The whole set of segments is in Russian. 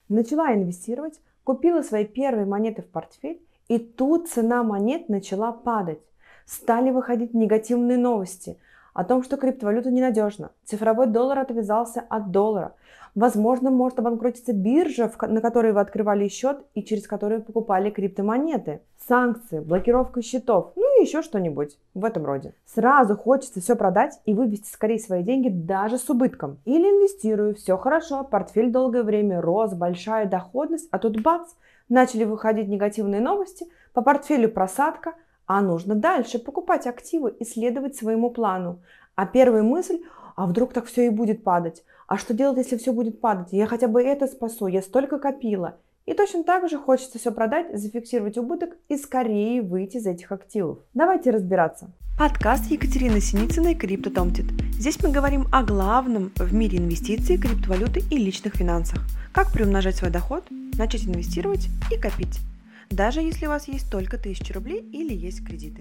Начала инвестировать, купила свои первые монеты в портфель, и тут цена монет начала падать. Стали выходить негативные новости о том, что криптовалюта ненадежна. Цифровой доллар отвязался от доллара. Возможно, может обанкротиться биржа, на которой вы открывали счет и через которую покупали криптомонеты. Санкции, блокировка счетов, ну и еще что-нибудь в этом роде. Сразу хочется все продать и вывести скорее свои деньги даже с убытком. Или инвестирую, все хорошо, портфель долгое время рос, большая доходность, а тут бац, начали выходить негативные новости, по портфелю просадка, а нужно дальше покупать активы и следовать своему плану. А первая мысль, а вдруг так все и будет падать? А что делать, если все будет падать? Я хотя бы это спасу, я столько копила. И точно так же хочется все продать, зафиксировать убыток и скорее выйти из этих активов. Давайте разбираться. Подкаст Екатерины Синицыной «Крипто Томтит». Здесь мы говорим о главном в мире инвестиций, криптовалюты и личных финансах. Как приумножать свой доход, начать инвестировать и копить. Даже если у вас есть только 1000 рублей или есть кредиты.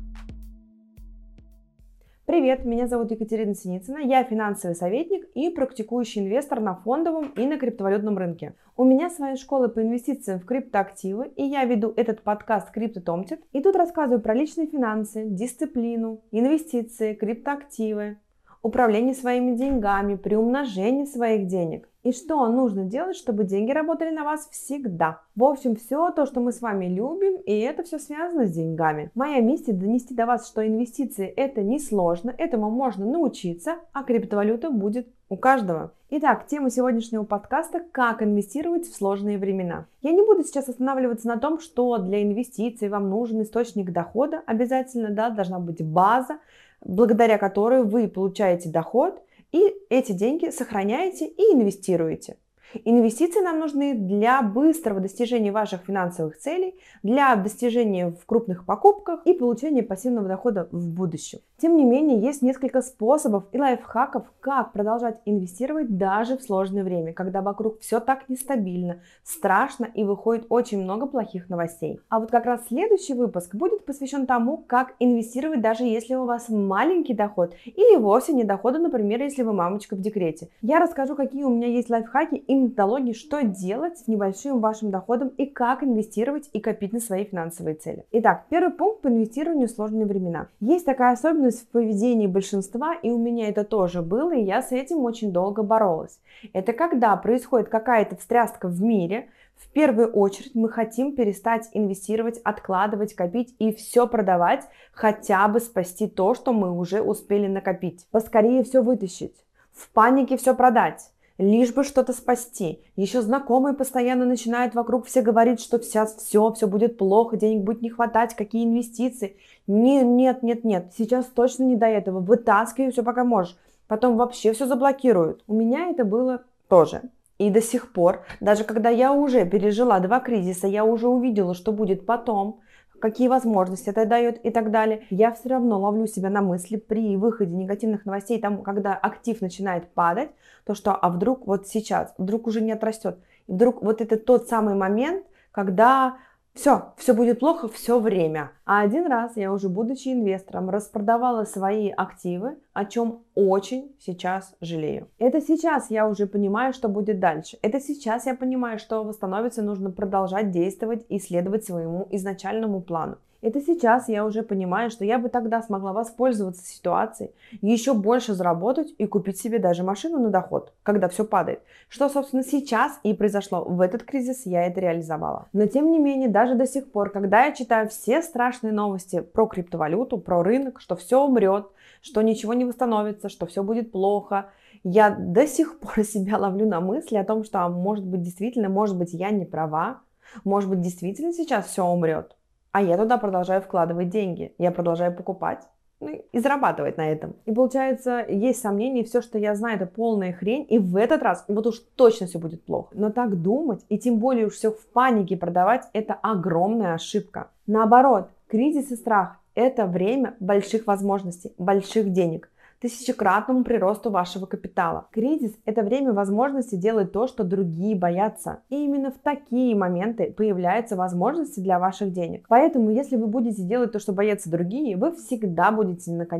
Привет, меня зовут Екатерина Синицына, я финансовый советник и практикующий инвестор на фондовом и на криптовалютном рынке. У меня своя школа по инвестициям в криптоактивы, и я веду этот подкаст «Крипто Томтит», и тут рассказываю про личные финансы, дисциплину, инвестиции, криптоактивы, управление своими деньгами, приумножение своих денег. И что нужно делать, чтобы деньги работали на вас всегда. В общем, все то, что мы с вами любим, и это все связано с деньгами. Моя миссия донести до вас, что инвестиции это несложно, этому можно научиться, а криптовалюта будет у каждого. Итак, тема сегодняшнего подкаста – как инвестировать в сложные времена. Я не буду сейчас останавливаться на том, что для инвестиций вам нужен источник дохода. Обязательно, должна быть база, благодаря которой вы получаете доход, и эти деньги сохраняете и инвестируете. Инвестиции нам нужны для быстрого достижения ваших финансовых целей, для достижения в крупных покупках и получения пассивного дохода в будущем. Тем не менее, есть несколько способов и лайфхаков, как продолжать инвестировать даже в сложное время, когда вокруг все так нестабильно, страшно и выходит очень много плохих новостей. А вот как раз следующий выпуск будет посвящен тому, как инвестировать, даже если у вас маленький доход или вовсе не дохода, например, если вы мамочка в декрете. Я расскажу, какие у меня есть лайфхаки и методологии, что делать с небольшим вашим доходом и как инвестировать и копить на свои финансовые цели. Итак, первый пункт по инвестированию в сложные времена. Есть такая особенность в поведении большинства, и у меня это тоже было, и я с этим очень долго боролась. Это когда происходит какая-то встряска в мире, в первую очередь мы хотим перестать инвестировать, откладывать, копить и все продавать, хотя бы спасти то, что мы уже успели накопить. Поскорее все вытащить, в панике все продать. Лишь бы что-то спасти. Еще знакомые постоянно начинают вокруг все говорить, что все будет плохо, денег будет не хватать, какие инвестиции. Нет. Сейчас точно не до этого. Вытаскивай все, пока можешь. Потом вообще все заблокируют. У меня это было тоже. И до сих пор, даже когда я уже пережила 2 кризиса, я уже увидела, что будет потом, какие возможности это дает и так далее. Я все равно ловлю себя на мысли при выходе негативных новостей, там, когда актив начинает падать, то что, а вдруг вот сейчас, вдруг уже не отрастет. И вдруг вот это тот самый момент, когда все будет плохо все время. А один раз я уже, будучи инвестором, распродавала свои активы, о чем очень сейчас жалею. Это сейчас я уже понимаю, что будет дальше. Это сейчас я понимаю, что восстановиться нужно продолжать действовать и следовать своему изначальному плану. Это сейчас я уже понимаю, что я бы тогда смогла воспользоваться ситуацией, еще больше заработать и купить себе даже машину на доход, когда все падает. Что, собственно, сейчас и произошло. В этот кризис я это реализовала. Но, тем не менее, даже до сих пор, когда я читаю все страшные новости про криптовалюту, про рынок, что все умрет, что ничего не восстановится, что все будет плохо, я до сих пор себя ловлю на мысли о том, что, может быть, я не права, может быть, действительно сейчас все умрет. А я туда продолжаю вкладывать деньги, я продолжаю покупать и зарабатывать на этом. И получается, есть сомнения, все, что я знаю, это полная хрень, и в этот раз вот уж точно все будет плохо. Но так думать, и тем более уж все в панике продавать, это огромная ошибка. Наоборот, кризис и страх – это время больших возможностей, больших денег, тысячекратному приросту вашего капитала. Кризис – это время возможности делать то, что другие боятся. И именно в такие моменты появляются возможности для ваших денег. Поэтому, если вы будете делать то, что боятся другие, вы всегда будете на коне.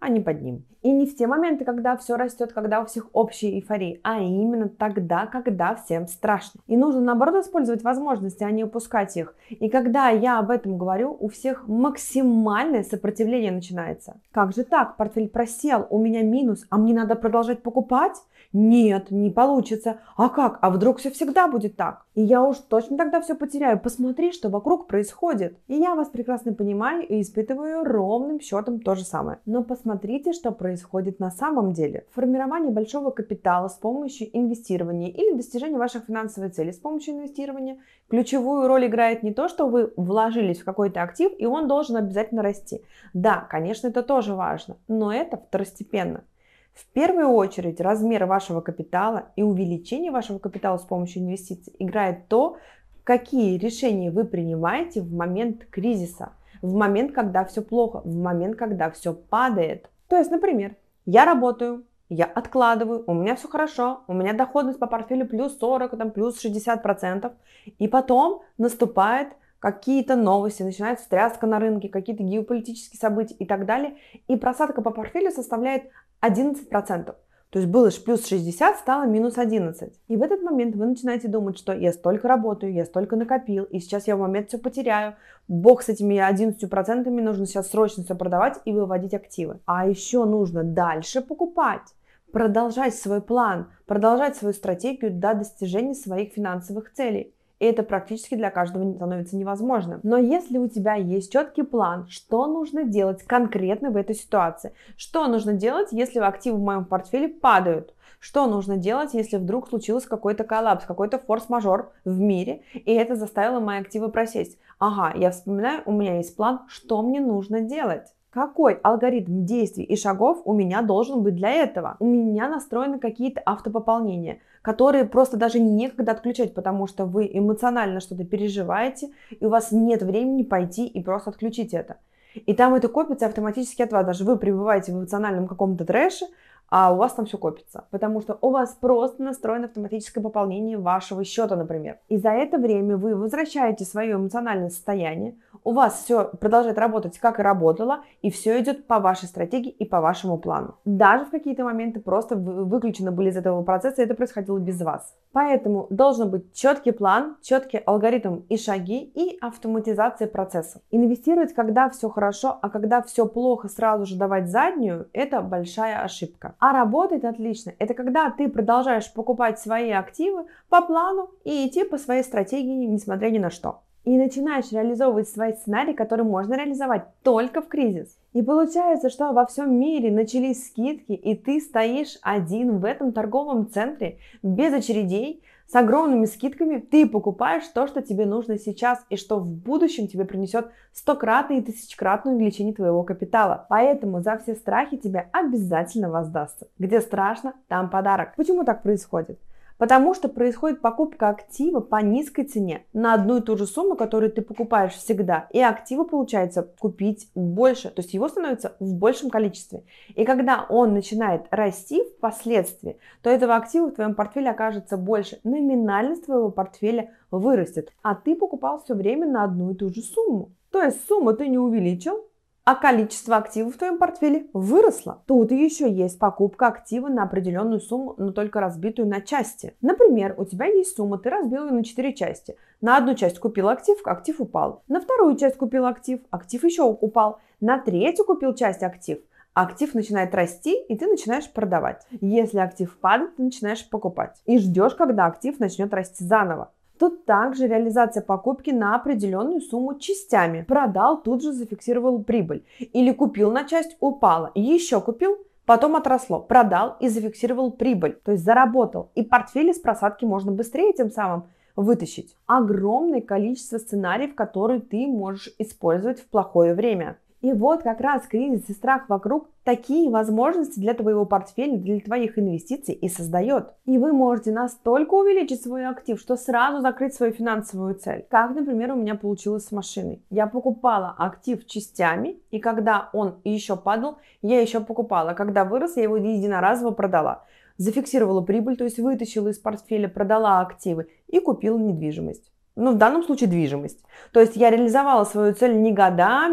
а не под ним. И не в те моменты, когда все растет, когда у всех общая эйфория, а именно тогда, когда всем страшно. И нужно, наоборот, использовать возможности, а не упускать их. И когда я об этом говорю, у всех максимальное сопротивление начинается. Как же так? Портфель просел, у меня минус, а мне надо продолжать покупать? Нет, не получится. А как? А вдруг все всегда будет так? И я уж точно тогда все потеряю. Посмотри, что вокруг происходит. И я вас прекрасно понимаю и испытываю ровным счетом то же самое. Но посмотрите, что происходит на самом деле. Формирование большого капитала с помощью инвестирования или достижения ваших финансовой цели с помощью инвестирования. Ключевую роль играет не то, что вы вложились в какой-то актив, и он должен обязательно расти. Да, конечно, это тоже важно, но это второстепенно. В первую очередь размер вашего капитала и увеличение вашего капитала с помощью инвестиций играет то, какие решения вы принимаете в момент кризиса, в момент, когда все плохо, в момент, когда все падает. То есть, например, я работаю, я откладываю, у меня все хорошо, у меня доходность по портфелю плюс 40, там, плюс 60%, и потом наступает какие-то новости, начинается встряска на рынке, какие-то геополитические события и так далее, и просадка по портфелю составляет 11%. То есть было плюс 60, стало минус 11. И в этот момент вы начинаете думать, что я столько работаю, я столько накопил, и сейчас я в момент все потеряю. Бог с этими 11%, нужно сейчас срочно все продавать и выводить активы. А еще нужно дальше покупать, продолжать свой план, продолжать свою стратегию до достижения своих финансовых целей. И это практически для каждого становится невозможным. Но если у тебя есть четкий план, что нужно делать конкретно в этой ситуации, что нужно делать, если активы в моем портфеле падают, что нужно делать, если вдруг случился какой-то коллапс, какой-то форс-мажор в мире, и это заставило мои активы просесть. Ага, я вспоминаю, у меня есть план, что мне нужно делать. Какой алгоритм действий и шагов у меня должен быть для этого? У меня настроены какие-то автопополнения, которые просто даже некогда отключать, потому что вы эмоционально что-то переживаете, и у вас нет времени пойти и просто отключить это. И там это копится автоматически от вас. Даже вы пребываете в эмоциональном каком-то трэше, а у вас там все копится. Потому что у вас просто настроено автоматическое пополнение вашего счета, например. И за это время вы возвращаете свое эмоциональное состояние, у вас все продолжает работать, как и работало, и все идет по вашей стратегии и по вашему плану. Даже в какие-то моменты просто выключены были из этого процесса, и это происходило без вас. Поэтому должен быть четкий план, четкий алгоритм и шаги, и автоматизация процессов. Инвестировать, когда все хорошо, а когда все плохо, сразу же давать заднюю, это большая ошибка. А работает отлично. Это когда ты продолжаешь покупать свои активы по плану и идти по своей стратегии, несмотря ни на что. И начинаешь реализовывать свои сценарии, которые можно реализовать только в кризис. И получается, что во всем мире начались скидки, и ты стоишь один в этом торговом центре, без очередей, с огромными скидками, ты покупаешь то, что тебе нужно сейчас, и что в будущем тебе принесет 100-кратное и 1000-кратное увеличение твоего капитала. Поэтому за все страхи тебе обязательно воздастся. Где страшно, там подарок. Почему так происходит? Потому что происходит покупка актива по низкой цене на одну и ту же сумму, которую ты покупаешь всегда. И актива получается купить больше, то есть его становится в большем количестве. И когда он начинает расти впоследствии, то этого актива в твоем портфеле окажется больше. Номинальность твоего портфеля вырастет, а ты покупал все время на одну и ту же сумму. То есть сумму ты не увеличил, а количество активов в твоем портфеле выросло. Тут еще есть покупка актива на определенную сумму, но только разбитую на части. Например, у тебя есть сумма, ты разбил ее на 4 части. На одну часть купил актив, актив упал. На вторую часть купил актив, актив еще упал. На третью купил часть актив. Актив начинает расти, и ты начинаешь продавать. Если актив падает, ты начинаешь покупать. И ждешь, когда актив начнет расти заново. Тут также реализация покупки на определенную сумму частями. Продал, тут же зафиксировал прибыль. Или купил на часть, упало. Еще купил, потом отросло. Продал и зафиксировал прибыль. То есть заработал. И портфель из просадки можно быстрее тем самым вытащить. Огромное количество сценариев, которые ты можешь использовать в плохое время. И вот как раз кризис и страх вокруг такие возможности для твоего портфеля, для твоих инвестиций и создает. И вы можете настолько увеличить свой актив, что сразу закрыть свою финансовую цель. Как, например, у меня получилось с машиной. Я покупала актив частями, и когда он еще падал, я еще покупала. Когда вырос, я его единоразово продала. Зафиксировала прибыль, то есть вытащила из портфеля, продала активы и купила недвижимость. Ну, в данном случае движимость. То есть я реализовала свою цель не годами,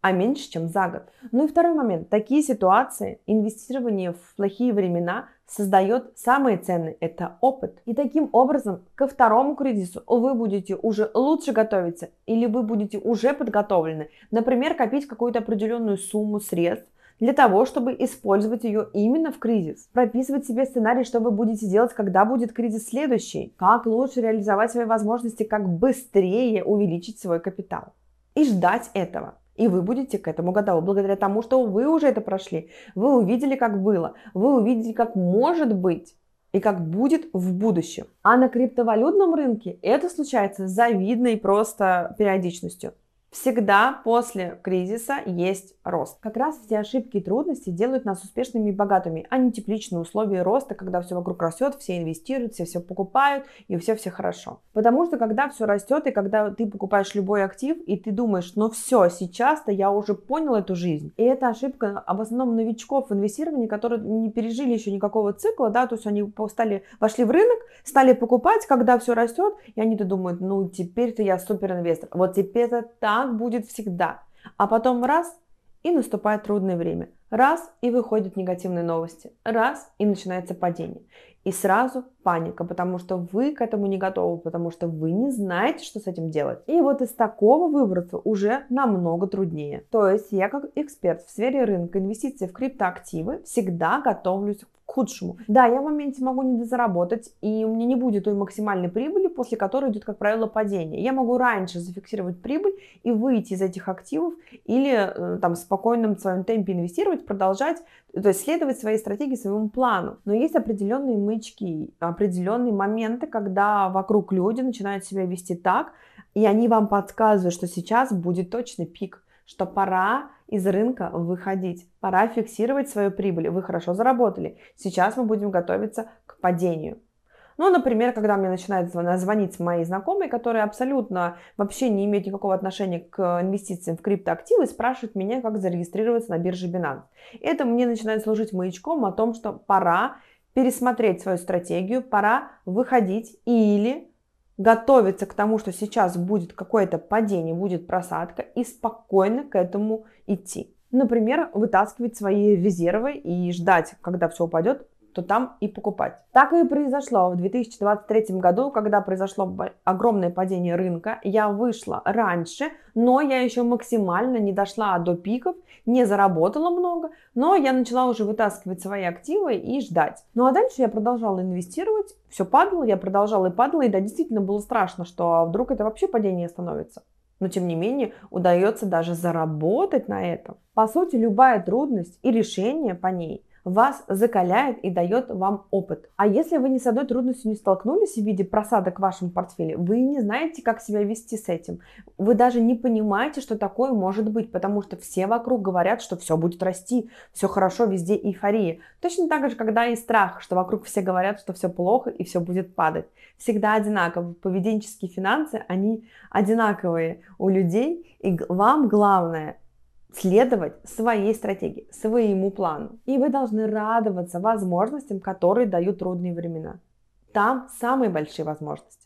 а меньше, чем за год. Ну и второй момент. Такие ситуации, инвестирование в плохие времена создает самое ценное – это опыт. И таким образом ко второму кризису вы будете уже лучше готовиться или вы будете уже подготовлены. Например, копить какую-то определенную сумму средств для того, чтобы использовать ее именно в кризис. Прописывать себе сценарий, что вы будете делать, когда будет кризис следующий. Как лучше реализовать свои возможности, как быстрее увеличить свой капитал. И ждать этого. И вы будете к этому готовы. Благодаря тому, что вы уже это прошли, вы увидели, как было, вы увидели, как может быть и как будет в будущем. А на криптовалютном рынке это случается с завидной просто периодичностью. Всегда после кризиса есть рост. Как раз все ошибки и трудности делают нас успешными и богатыми, а не тепличные условия роста, когда все вокруг растет, все инвестируют, все покупают и все хорошо. Потому что когда все растет и когда ты покупаешь любой актив и ты думаешь, ну все, сейчас-то я уже понял эту жизнь. И это ошибка в основном новичков в инвестировании, которые не пережили еще никакого цикла, да, то есть они вошли в рынок, стали покупать, когда все растет, и они-то думают, ну теперь-то я суперинвестор. Вот теперь-то так будет всегда. А потом раз, и наступает трудное время. Раз, и выходят негативные новости. Раз, и начинается падение. И сразу паника, потому что вы к этому не готовы, потому что вы не знаете, что с этим делать. И вот из такого выбраться уже намного труднее. То есть я как эксперт в сфере рынка инвестиций в криптоактивы всегда готовлюсь к худшему. Да, я в моменте могу недозаработать, и у меня не будет той максимальной прибыли, после которой идет, как правило, падение. Я могу раньше зафиксировать прибыль и выйти из этих активов или там в спокойном своем темпе инвестировать, продолжать, то есть следовать своей стратегии, своему плану. Но есть определенные маячки, определенные моменты, когда вокруг люди начинают себя вести так, и они вам подсказывают, что сейчас будет точно пик, что пора из рынка выходить, пора фиксировать свою прибыль, вы хорошо заработали, сейчас мы будем готовиться к падению. Ну, например, когда мне начинают звонить мои знакомые, которые абсолютно вообще не имеют никакого отношения к инвестициям в криптоактивы, спрашивают меня, как зарегистрироваться на бирже Binance. Это мне начинает служить маячком о том, что пора пересмотреть свою стратегию, пора выходить или готовиться к тому, что сейчас будет какое-то падение, будет просадка, и спокойно к этому идти. Например, вытаскивать свои резервы и ждать, когда все упадет, то там и покупать. Так и произошло в 2023 году, когда произошло огромное падение рынка. Я вышла раньше, но я еще максимально не дошла до пиков, не заработала много, но я начала уже вытаскивать свои активы и ждать. Ну а дальше я продолжала инвестировать, все падало, я продолжала и падала, и да, действительно было страшно, что вдруг это вообще падение становится. Но тем не менее удается даже заработать на этом. По сути, любая трудность и решение по ней вас закаляет и дает вам опыт. А если вы ни с одной трудностью не столкнулись в виде просадок в вашем портфеле, вы не знаете, как себя вести с этим. Вы даже не понимаете, что такое может быть, потому что все вокруг говорят, что все будет расти, все хорошо, везде эйфория. Точно так же, когда и страх, что вокруг все говорят, что все плохо и все будет падать. Всегда одинаково. Поведенческие финансы, они одинаковые у людей, и вам главное следовать своей стратегии, своему плану. И вы должны радоваться возможностям, которые дают трудные времена. Там самые большие возможности.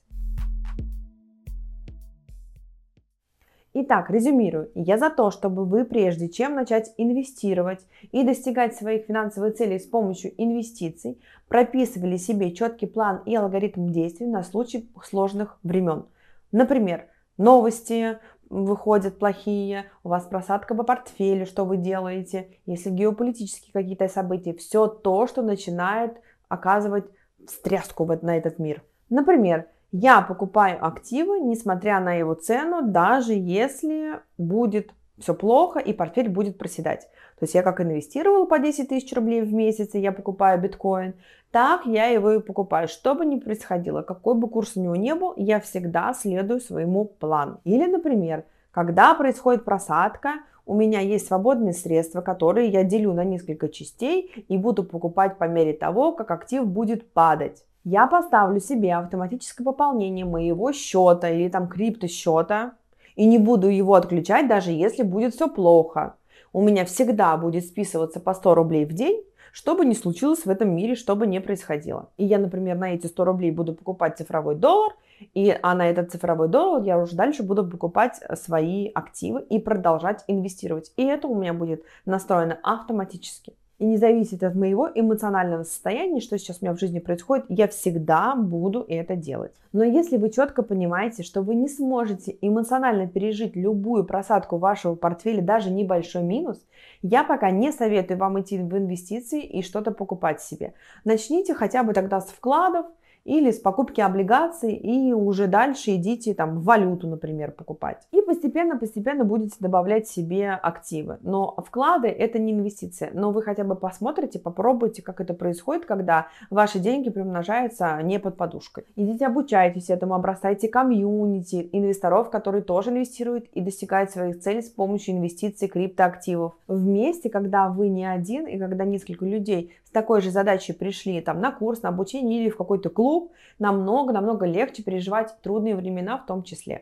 Итак, резюмирую. Я за то, чтобы вы, прежде чем начать инвестировать и достигать своих финансовых целей с помощью инвестиций, прописывали себе четкий план и алгоритм действий на случай сложных времен. Например, новости выходят плохие, у вас просадка по портфелю, что вы делаете, если геополитические какие-то события, все то, что начинает оказывать встряску на этот мир. Например, я покупаю активы, несмотря на его цену, даже если будет все плохо и портфель будет проседать. То есть я как инвестировала по 10 тысяч рублей в месяц, и я покупаю биткоин, так я его и покупаю. Что бы ни происходило, какой бы курс у него ни был, я всегда следую своему плану. Или, например, когда происходит просадка, у меня есть свободные средства, которые я делю на несколько частей и буду покупать по мере того, как актив будет падать. Я поставлю себе автоматическое пополнение моего счета или там криптосчета и не буду его отключать, даже если будет все плохо. У меня всегда будет списываться по 100 рублей в день, что бы ни случилось в этом мире, что бы ни происходило. И я, например, на эти 100 рублей буду покупать цифровой доллар А на этот цифровой доллар я уже дальше буду покупать свои активы и продолжать инвестировать. И это у меня будет настроено автоматически. И не зависит от моего эмоционального состояния, что сейчас у меня в жизни происходит, я всегда буду это делать. Но если вы четко понимаете, что вы не сможете эмоционально пережить любую просадку вашего портфеля, даже небольшой минус, я пока не советую вам идти в инвестиции и что-то покупать себе. Начните хотя бы тогда с вкладов, или с покупки облигаций, и уже дальше идите там в валюту, например, покупать. И постепенно будете добавлять себе активы. Но вклады это не инвестиция. Но вы хотя бы посмотрите, попробуйте, как это происходит, когда ваши деньги приумножаются не под подушкой. Идите обучайтесь этому, обрастайте комьюнити инвесторов, которые тоже инвестируют и достигают своих целей с помощью инвестиций криптоактивов. Вместе, когда вы не один и когда несколько людей с такой же задачей пришли там на курс, на обучение или в какой-то клуб, намного легче переживать трудные времена в том числе.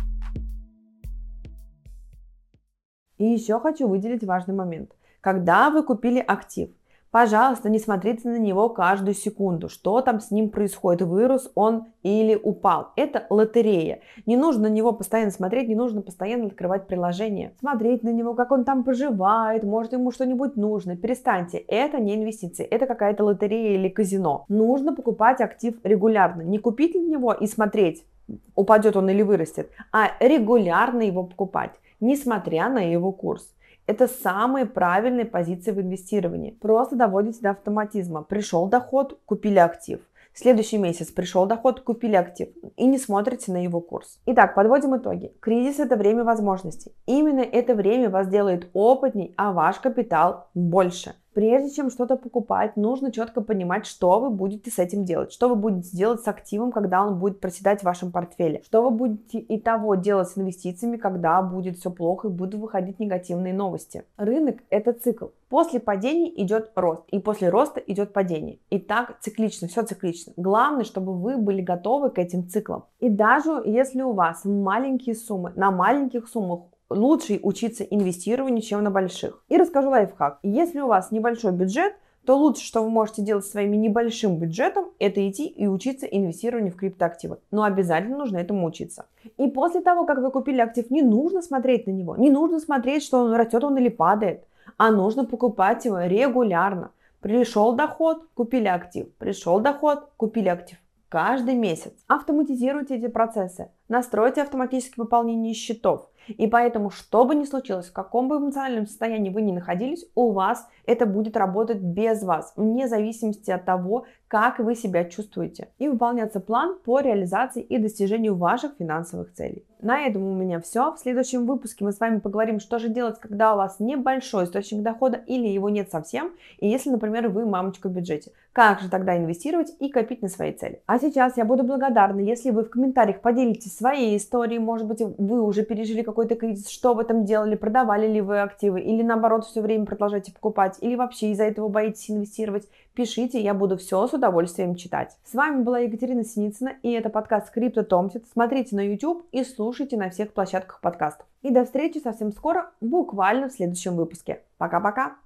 И еще хочу выделить важный момент. Когда вы купили актив, пожалуйста, не смотрите на него каждую секунду, что там с ним происходит, вырос он или упал. Это лотерея. Не нужно на него постоянно смотреть, не нужно постоянно открывать приложение. Смотреть на него, как он там поживает, может ему что-нибудь нужно. Перестаньте, это не инвестиции, это какая-то лотерея или казино. Нужно покупать актив регулярно. Не купить на него и смотреть, упадет он или вырастет, а регулярно его покупать, несмотря на его курс. Это самые правильные позиции в инвестировании. Просто доводите до автоматизма. Пришел доход, купили актив. Следующий месяц пришел доход, купили актив. И не смотрите на его курс. Итак, подводим итоги. Кризис – это время возможностей. Именно это время вас делает опытней, а ваш капитал больше. Прежде чем что-то покупать, нужно четко понимать, что вы будете с этим делать. Что вы будете делать с активом, когда он будет проседать в вашем портфеле. Что вы будете и того делать с инвестициями, когда будет все плохо и будут выходить негативные новости. Рынок – это цикл. После падений идет рост, и после роста идет падение. И так циклично, все циклично. Главное, чтобы вы были готовы к этим циклам. И даже если у вас маленькие суммы, на маленьких суммах лучше учиться инвестированию, чем на больших. И расскажу лайфхак. Если у вас небольшой бюджет, то лучше, что вы можете делать своим небольшим бюджетом, это идти и учиться инвестированию в криптоактивы. Но обязательно нужно этому учиться. И после того, как вы купили актив, не нужно смотреть на него. Не нужно смотреть, что он растет он или падает. А нужно покупать его регулярно. Пришел доход, купили актив. Пришел доход, купили актив. Каждый месяц. Автоматизируйте эти процессы. Настройте автоматическое пополнение счетов. И поэтому, что бы ни случилось, в каком бы эмоциональном состоянии вы ни находились, у вас это будет работать без вас, вне зависимости от того, как вы себя чувствуете. И выполняться план по реализации и достижению ваших финансовых целей. На этом у меня все. В следующем выпуске мы с вами поговорим, что же делать, когда у вас небольшой источник дохода или его нет совсем, и если, например, вы мамочка в бюджете. Как же тогда инвестировать и копить на свои цели. А сейчас я буду благодарна, если вы в комментариях поделитесь своей историей, может быть, вы уже пережили какой-то кризис, что в этом делали, продавали ли вы активы, или наоборот все время продолжаете покупать, или вообще из-за этого боитесь инвестировать. Пишите, я буду все с удовольствием читать. С вами была Екатерина Синицына, и это подкаст Crypto Tomtit. Смотрите на YouTube и слушайте на всех площадках подкастов. И до встречи совсем скоро, буквально в следующем выпуске. Пока-пока!